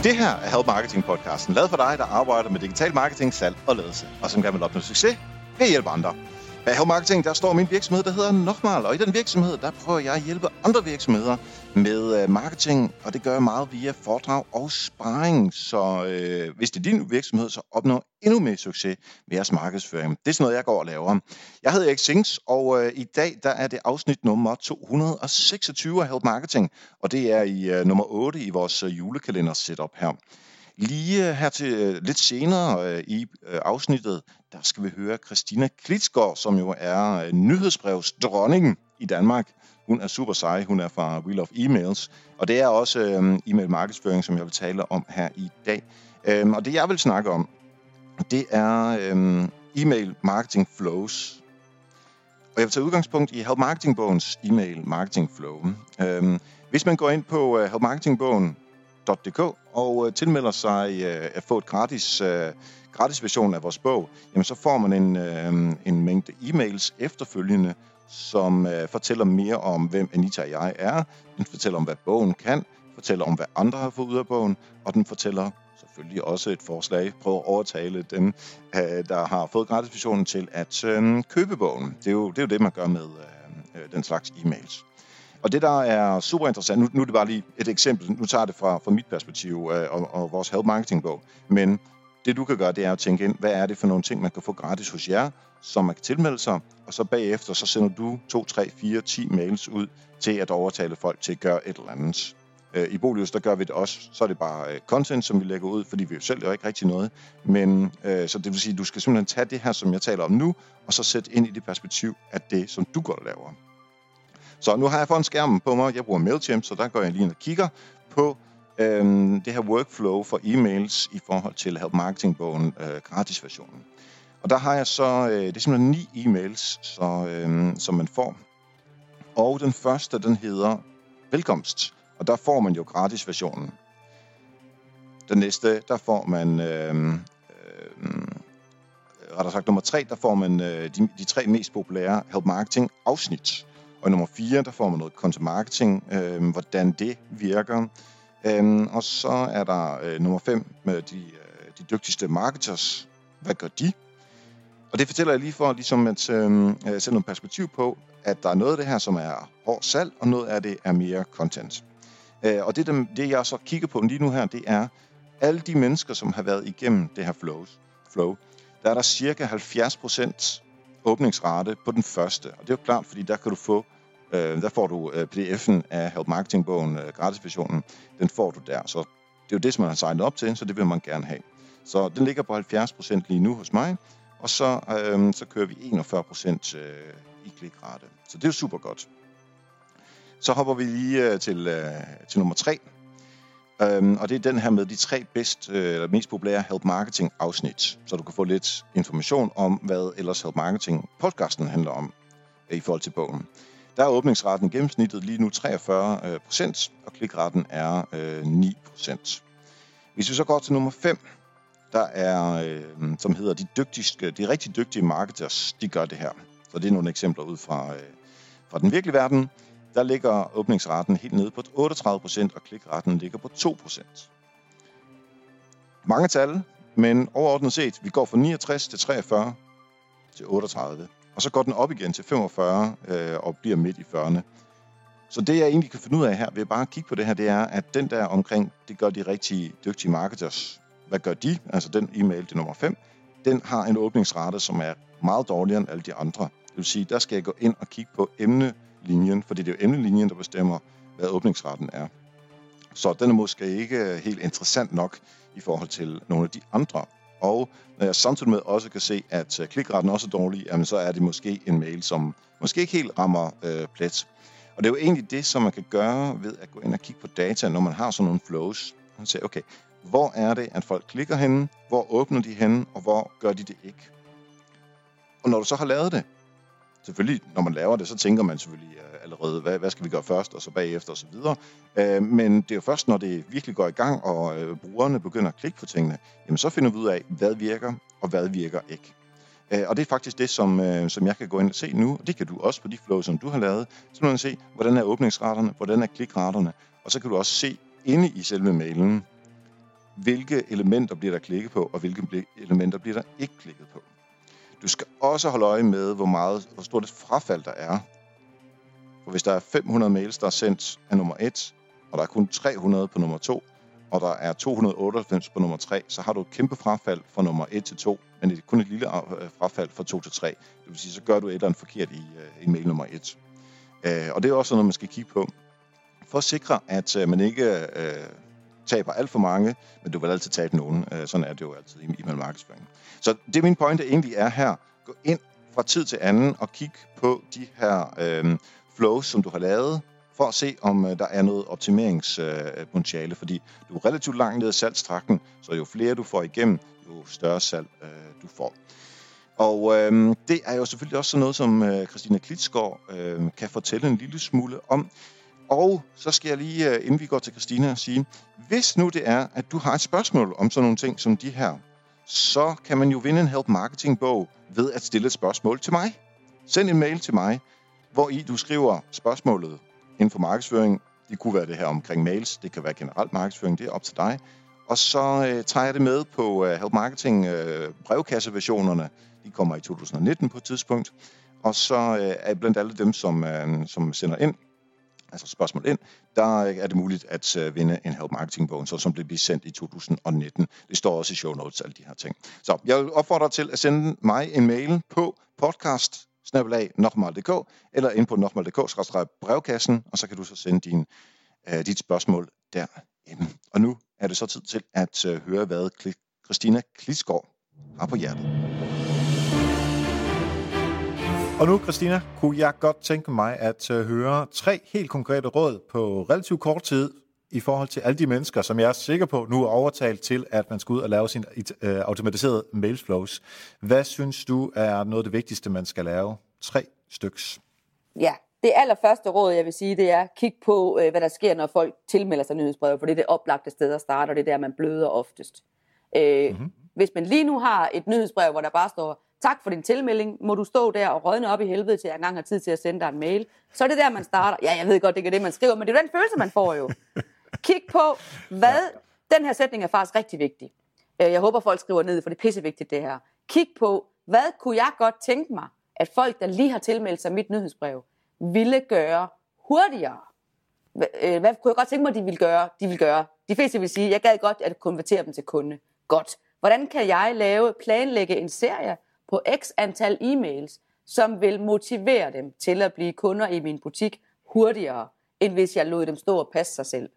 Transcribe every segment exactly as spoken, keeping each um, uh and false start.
Det her er Help Marketing podcasten, lavet for dig, der arbejder med digital marketing, salg og ledelse, og som gerne vil opnå succes ved at hjælpe andre. Bag Help Marketing, der står min virksomhed, der hedder Nochmal, og i den virksomhed, der prøver jeg at hjælpe andre virksomheder med marketing, og det gør jeg meget via foredrag og sparring. Så øh, hvis det er din virksomhed, så opnå endnu mere succes med jeres markedsføring. Det er sådan noget, jeg går og laver. Jeg hedder Erik Sings, og øh, i dag der er det afsnit nummer to hundrede og seksogtyve af Help Marketing, og det er i øh, nummer otte i vores øh, julekalender setup her. Lige øh, her til øh, lidt senere øh, i øh, afsnittet, der skal vi høre Christina Klitsgaard, som jo er øh, nyhedsbrevsdronningen i Danmark. Hun er super sej, hun er fra Wheel of Emails, og det er også øh, e-mail markedsføring, som jeg vil tale om her i dag. Øhm, og det jeg vil snakke om, det er øh, e-mail marketing flows. Og jeg vil tage udgangspunkt i Help Marketing-bogens e-mail marketing flow. Øhm, hvis man går ind på uh, help marketing bogen punktum d k og uh, tilmelder sig uh, at få et gratis, uh, gratis version af vores bog, jamen så får man en, uh, en mængde e-mails efterfølgende, som uh, fortæller mere om, hvem Anita og jeg er. Den fortæller om, hvad bogen kan, fortæller om, hvad andre har fået ud af bogen, og den fortæller selvfølgelig også et forslag. Prøv at overtale dem, uh, der har fået gratisversionen til at uh, købe bogen. Det er, jo, det er jo det, man gør med uh, den slags e-mails. Og det, der er super interessant, nu, nu er det bare lige et eksempel, nu tager jeg det fra, fra mit perspektiv uh, og, og vores Help Marketing-bog, men det du kan gøre, det er at tænke ind, hvad er det for nogle ting, man kan få gratis hos jer, som man kan tilmelde sig, og så bagefter, så sender du to, tre, fire, ti mails ud til at overtale folk til at gøre et eller andet. I Bolius, der gør vi det også, så er det bare content, som vi lægger ud, fordi vi jo selv gør ikke rigtig noget. Men øh, så det vil sige, at du skal simpelthen tage det her, som jeg taler om nu, og så sætte ind i det perspektiv af det, som du går og laver. Så nu har jeg foran skærmen på mig, jeg bruger MailChimp, så der går jeg lige ind og kigger på øh, det her workflow for e-mails i forhold til Help Marketing-bogen øh, gratis-versionen. Og der har jeg så, øh, det er simpelthen ni e-mails, så, øh, som man får. Og den første, den hedder velkomst. Og der får man jo gratis-versionen. Den næste, der får man, øh, øh, rettere sagt nummer tre, der får man øh, de, de tre mest populære Help Marketing afsnit. Og i nummer fire, der får man noget content marketing, øh, hvordan det virker. Øh, og så er der øh, nummer fem med de, øh, de dygtigste marketers. Hvad gør de? Og det fortæller jeg lige for ligesom at øh, sætte noget perspektiv på, at der er noget af det her, som er hård salg, og noget af det er mere content. Og det, det, jeg så kigger på lige nu her, det er alle de mennesker, som har været igennem det her flows, flow. Der er der cirka halvfjerds procent åbningsrate på den første. Og det er jo klart, fordi der kan du få, øh, der får du øh, P D F'en af Help Marketing-bogen, øh, gratisversionen. Den får du der. Så det er jo det, som man har signet op til, så det vil man gerne have. Så den ligger på halvfjerds procent lige nu hos mig. Og så, øh, så kører vi enogfyrre procent øh, i klikrate. Så det er jo super godt. Så hopper vi lige til, øh, til nummer tre, øhm, og det er den her med de tre bedst, øh, mest populære Help Marketing afsnit, så du kan få lidt information om, hvad ellers Help Marketing podcasten handler om øh, i forhold til bogen. Der er åbningsraten i gennemsnittet lige nu treogfyrre procent, og klikraten er øh, ni procent. Hvis vi så går til nummer fem, der er, øh, som hedder de dygtigste, de rigtig dygtige marketers, de gør det her. Så det er nogle eksempler ud fra, øh, fra den virkelige verden. Der ligger åbningsraten helt nede på otteogtredive procent, og klikraten ligger på to procent. Mange tal, men overordnet set, vi går fra niogtres til treogfyrre til otteogtredive. Og så går den op igen til femogfyrre øh, og bliver midt i fyrrerne. Så det jeg egentlig kan finde ud af her, ved at bare kigge på det her, det er, at den der omkring, det gør de rigtig dygtige marketers. Hvad gør de? Altså den e-mail, det nummer fem, den har en åbningsrate, som er meget dårligere end alle de andre. Det vil sige, der skal jeg gå ind og kigge på emne linjen, fordi det er jo emnelinjen, der bestemmer, hvad åbningsraten er. Så den er måske ikke helt interessant nok i forhold til nogle af de andre. Og når jeg samtidig med også kan se, at klikraten også er dårlig, jamen så er det måske en mail, som måske ikke helt rammer øh, plet. Og det er jo egentlig det, som man kan gøre ved at gå ind og kigge på data, når man har sådan nogle flows. Man siger, okay, hvor er det, at folk klikker henne? Hvor åbner de henne? Og hvor gør de det ikke? Og når du så har lavet det, selvfølgelig, når man laver det, så tænker man selvfølgelig uh, allerede, hvad, hvad skal vi gøre først, og så bagefter og så videre. Uh, men det er jo først, når det virkelig går i gang, og uh, brugerne begynder at klikke på tingene, jamen så finder vi ud af, hvad virker, og hvad virker ikke. Uh, og det er faktisk det, som, uh, som jeg kan gå ind og se nu, og det kan du også på de flow, som du har lavet. Så kan man se, hvordan er åbningsraterne, hvordan er klikraterne, og så kan du også se inde i selve mailen, hvilke elementer bliver der klikket på, og hvilke elementer bliver der ikke klikket på. Du skal også holde øje med, hvor meget, hvor stort et frafald der er. For hvis der er fem hundrede mails, der er sendt af nummer et, og der er kun tre hundrede på nummer to, og der er to hundrede otteoghalvfems på nummer tre, så har du et kæmpe frafald fra nummer et til to, men det er kun et lille frafald fra to til tre. Det vil sige, så gør du et eller andet forkert i, i mail nummer et. Og det er også noget, man skal kigge på, for at sikre, at man ikke øh, taber alt for mange, men du vil altid tabe nogen. Sådan er det jo altid i e-mail markedsføring. Så det min pointe egentlig er her, gå ind fra tid til anden og kig på de her øh, flows, som du har lavet, for at se, om øh, der er noget optimeringspotentiale, fordi du er relativt langt ned i salgstrakten, så jo flere du får igennem, jo større salg øh, du får. Og øh, det er jo selvfølgelig også sådan noget, som øh, Christina Klitsgaard øh, kan fortælle en lille smule om. Og så skal jeg lige, øh, inden vi går til Christina, sige, hvis nu det er, at du har et spørgsmål om sådan nogle ting som de her, så kan man jo vinde en Help Marketing bog ved at stille et spørgsmål til mig. Send en mail til mig, hvor i du skriver spørgsmålet inden for markedsføring. Det kunne være det her omkring mails, det kan være generelt markedsføring, det er op til dig. Og så øh, tager jeg det med på øh, Help Marketing øh, brevkasseversionerne. De kommer i to tusind nitten på et tidspunkt. Og så øh, er blandt alle dem, som, øh, som sender ind, altså spørgsmål ind, der er det muligt at øh, vinde en Help Marketing bog, så som bliver sendt i to tusind nitten. Det står også i show notes, alle de her ting. Så jeg vil opfordre dig til at sende mig en mail på podcast snabel-a nokmal punktum d k eller ind på nokmal punktum d k skråstreg brevkassen, og så kan du så sende din, øh, dit spørgsmål derinde. Og nu er det så tid til at øh, høre, hvad Christina Klitsgaard har på hjertet. Og nu, Christina, kunne jeg godt tænke mig at øh, høre tre helt konkrete råd på relativt kort tid i forhold til alle de mennesker, som jeg er sikker på nu er overtalt til, at man skal ud og lave sin øh, automatiserede mailflows. Hvad synes du er noget af det vigtigste, man skal lave? Tre styks. Ja, det allerførste råd, jeg vil sige, det er kig på, øh, hvad der sker, når folk tilmelder sig nyhedsbrev, for det er det oplagte sted at starte, og det er der, man bløder oftest. Øh, mm-hmm. Hvis man lige nu har et nyhedsbrev, hvor der bare står, tak for din tilmelding, må du stå der og rådne op i helvede, til jeg engang har tid til at sende dig en mail. Så er det der, man starter. Ja, jeg ved godt, det ikke er det, man skriver, men det er den følelse, man får jo. Kig på, hvad... Den her sætning er faktisk rigtig vigtig. Jeg håber, folk skriver ned, for det er pissevigtigt, det her. Kig på, hvad kunne jeg godt tænke mig, at folk, der lige har tilmeldt sig mit nyhedsbrev, ville gøre hurtigere. Hvad kunne jeg godt tænke mig, de ville gøre? De ville gøre. De fleste vil sige, jeg gad godt at konvertere dem til kunde. Godt. Hvordan kan jeg lave, planlægge en serie på x antal e-mails, som vil motivere dem til at blive kunder i min butik hurtigere, end hvis jeg lod dem stå og passe sig selv.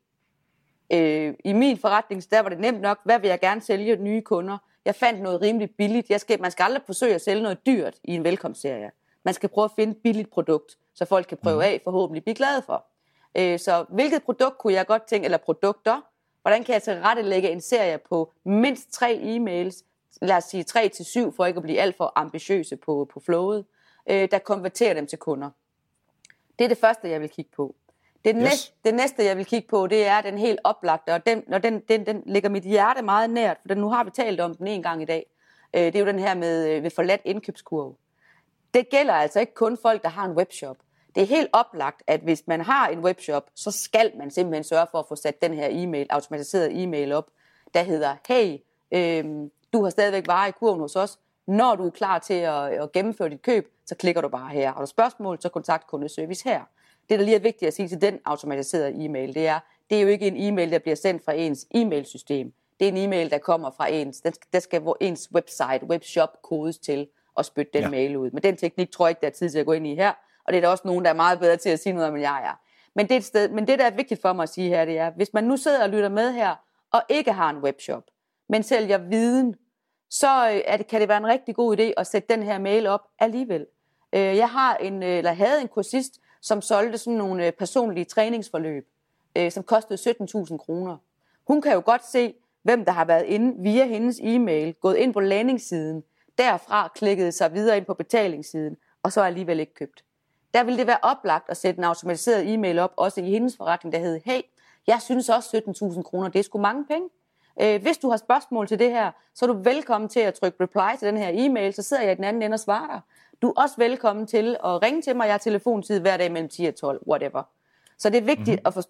Øh, I min forretning, der var det nemt nok, hvad vil jeg gerne sælge nye kunder? Jeg fandt noget rimelig billigt. Jeg skal, man skal aldrig forsøge at sælge noget dyrt i en velkomstserie. Man skal prøve at finde et billigt produkt, så folk kan prøve af, forhåbentlig blive glade for. Øh, så hvilket produkt kunne jeg godt tænke, eller produkter? Hvordan kan jeg tilrettelægge en serie på mindst tre e-mails, lad os sige tre til syv, for ikke at blive alt for ambitiøse på, på flowet, øh, der konverterer dem til kunder. Det er det første, jeg vil kigge på. Det, yes. næste, det næste, jeg vil kigge på, det er den helt oplagte, og den, og den, den, den ligger mit hjerte meget nært, for den, nu har vi talt om den en gang i dag. Øh, det er jo den her med, med forladt indkøbskurve. Det gælder altså ikke kun folk, der har en webshop. Det er helt oplagt, at hvis man har en webshop, så skal man simpelthen sørge for at få sat den her e-mail, automatiseret e-mail op, der hedder, hey, øh, du har stadigvæk varer i kurven hos os. Når du er klar til at, at gennemføre dit køb, så klikker du bare her. Har du spørgsmål, så kontakt kundeservice her. Det, der lige er vigtigt at sige til den automatiserede e-mail, det er, det er jo ikke en e-mail, der bliver sendt fra ens e-mailsystem. Det er en e-mail, der kommer fra ens, der skal ens website, webshop kodes til at spytte den ja. mail ud. Men den teknik tror jeg ikke, der er tid til at gå ind i her, og det er der også nogen, der er meget bedre til at sige noget om, end jeg er. Men det, er et sted, men det, der er vigtigt for mig at sige her, det er, hvis man nu sidder og lytter med her, og ikke har en webshop, men sælger viden, så er det, kan det være en rigtig god idé at sætte den her mail op alligevel. Jeg har en, eller havde en kursist, som solgte sådan nogle personlige træningsforløb, som kostede sytten tusind kroner. Hun kan jo godt se, hvem der har været inde via hendes e-mail, gået ind på landingssiden, derfra klikket sig videre ind på betalingssiden, og så alligevel ikke købt. Der ville det være oplagt at sætte en automatiseret e-mail op, også i hendes forretning, der hed, hey, jeg synes også sytten tusind kroner, det er sgu mange penge. Hvis du har spørgsmål til det her, så er du velkommen til at trykke reply til den her e-mail, så sidder jeg i den anden ende og svarer dig. Du er også velkommen til at ringe til mig, jeg har telefontid hver dag mellem ti og tolv, whatever. Så det er vigtigt mm-hmm. at forstå,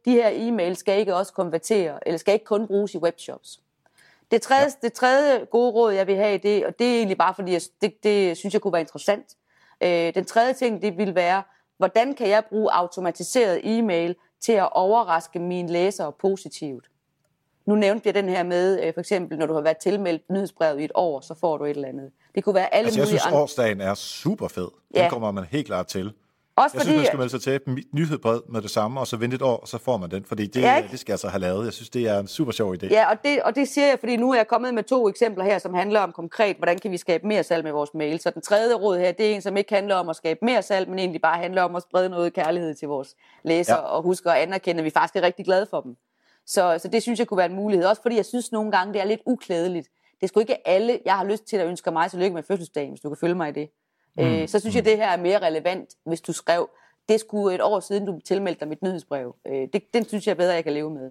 de her e-mails skal ikke også konvertere, eller skal ikke kun bruges i webshops. Det tredje, ja. det tredje gode råd, jeg vil have, det, og det er egentlig bare fordi, jeg, det, det synes jeg kunne være interessant. Øh, den tredje ting, det vil være, hvordan kan jeg bruge automatiseret e-mail til at overraske mine læsere positivt? Nu nævnte jeg den her med, øh, for eksempel, når du har været tilmeldt nyhedsbrevet i et år, så får du et eller andet. Det kunne være alle altså, jeg mulige synes, andre. årsdagen er super fed. Den Ja. kommer man helt klart til. Også Jeg fordi, synes, man skal melde sig til et nyhedsbrev med det samme, og så vente et år, og så får man den. Fordi det, Ja, det skal jeg så have lavet. Jeg synes, det er en super sjov idé. Ja, og det, og det siger jeg, fordi nu er jeg kommet med to eksempler her, som handler om konkret, hvordan kan vi skabe mere salg med vores mail. Så den tredje råd her, det er en, som ikke handler om at skabe mere salg, men egentlig bare handler om at sprede noget kærlighed til vores læsere, ja. Og huske at anerkende, at vi faktisk er rigtig glade for dem. Så, så det synes jeg kunne være en mulighed. Også fordi jeg synes nogle gange, det er lidt uklædeligt. Det er sgu ikke alle, jeg har lyst til at ønske mig tillykke med fødselsdagen, hvis du kan følge mig i det. Mm. Øh, så synes jeg, det her er mere relevant, hvis du skrev, det skulle et år siden, du tilmeldte dig mit nyhedsbrev. Øh, det, den synes jeg er bedre, jeg kan leve med.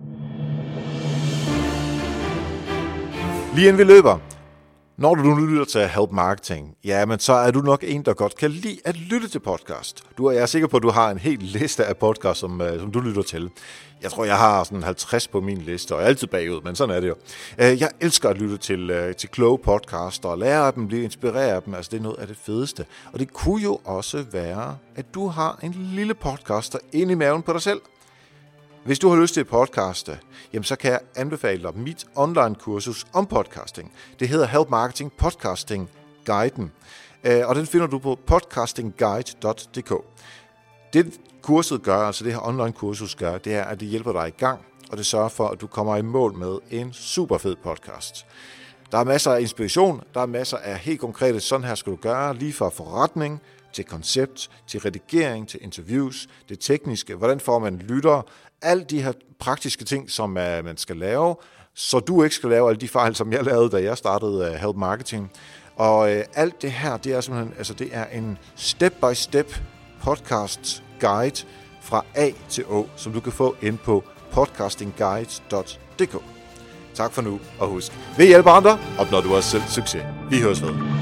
Lige inden vi løber, når du nu lytter til Help Marketing, ja, men så er du nok en, der godt kan lide at lytte til podcast. Du er, jeg er sikker på, at du har en hel liste af podcast, som, som du lytter til. Jeg tror, jeg har sådan halvtreds på min liste, og jeg er altid bagud, men sådan er det jo. Jeg elsker at lytte til, til kloge podcaster, og lære af dem, blive inspireret af dem. Altså, det er noget af det fedeste. Og det kunne jo også være, at du har en lille podcaster inde i maven på dig selv. Hvis du har lyst til at podcaste, jamen så kan jeg anbefale dig mit online-kursus om podcasting. Det hedder Help Marketing Podcasting Guiden, og den finder du på podcasting guide punktum d k. Det kurset gør, altså det her online-kursus gør, det er, at det hjælper dig i gang, og det sørger for, at du kommer i mål med en super fed podcast. Der er masser af inspiration, der er masser af helt konkrete, sådan her skal du gøre, lige fra forretning til koncept, til redigering, til interviews, det tekniske, hvordan får man lyttere, alle de her praktiske ting, som uh, man skal lave, så du ikke skal lave alle de fejl, som jeg lavede, da jeg startede uh, Help Marketing. Og uh, alt det her, det er simpelthen, altså det er en step-by-step podcast guide fra A til Å, som du kan få ind på podcasting guide punktum d k. Tak for nu, og husk, ved hjælpe andre, opnår du også selv succes. Vi høres ved.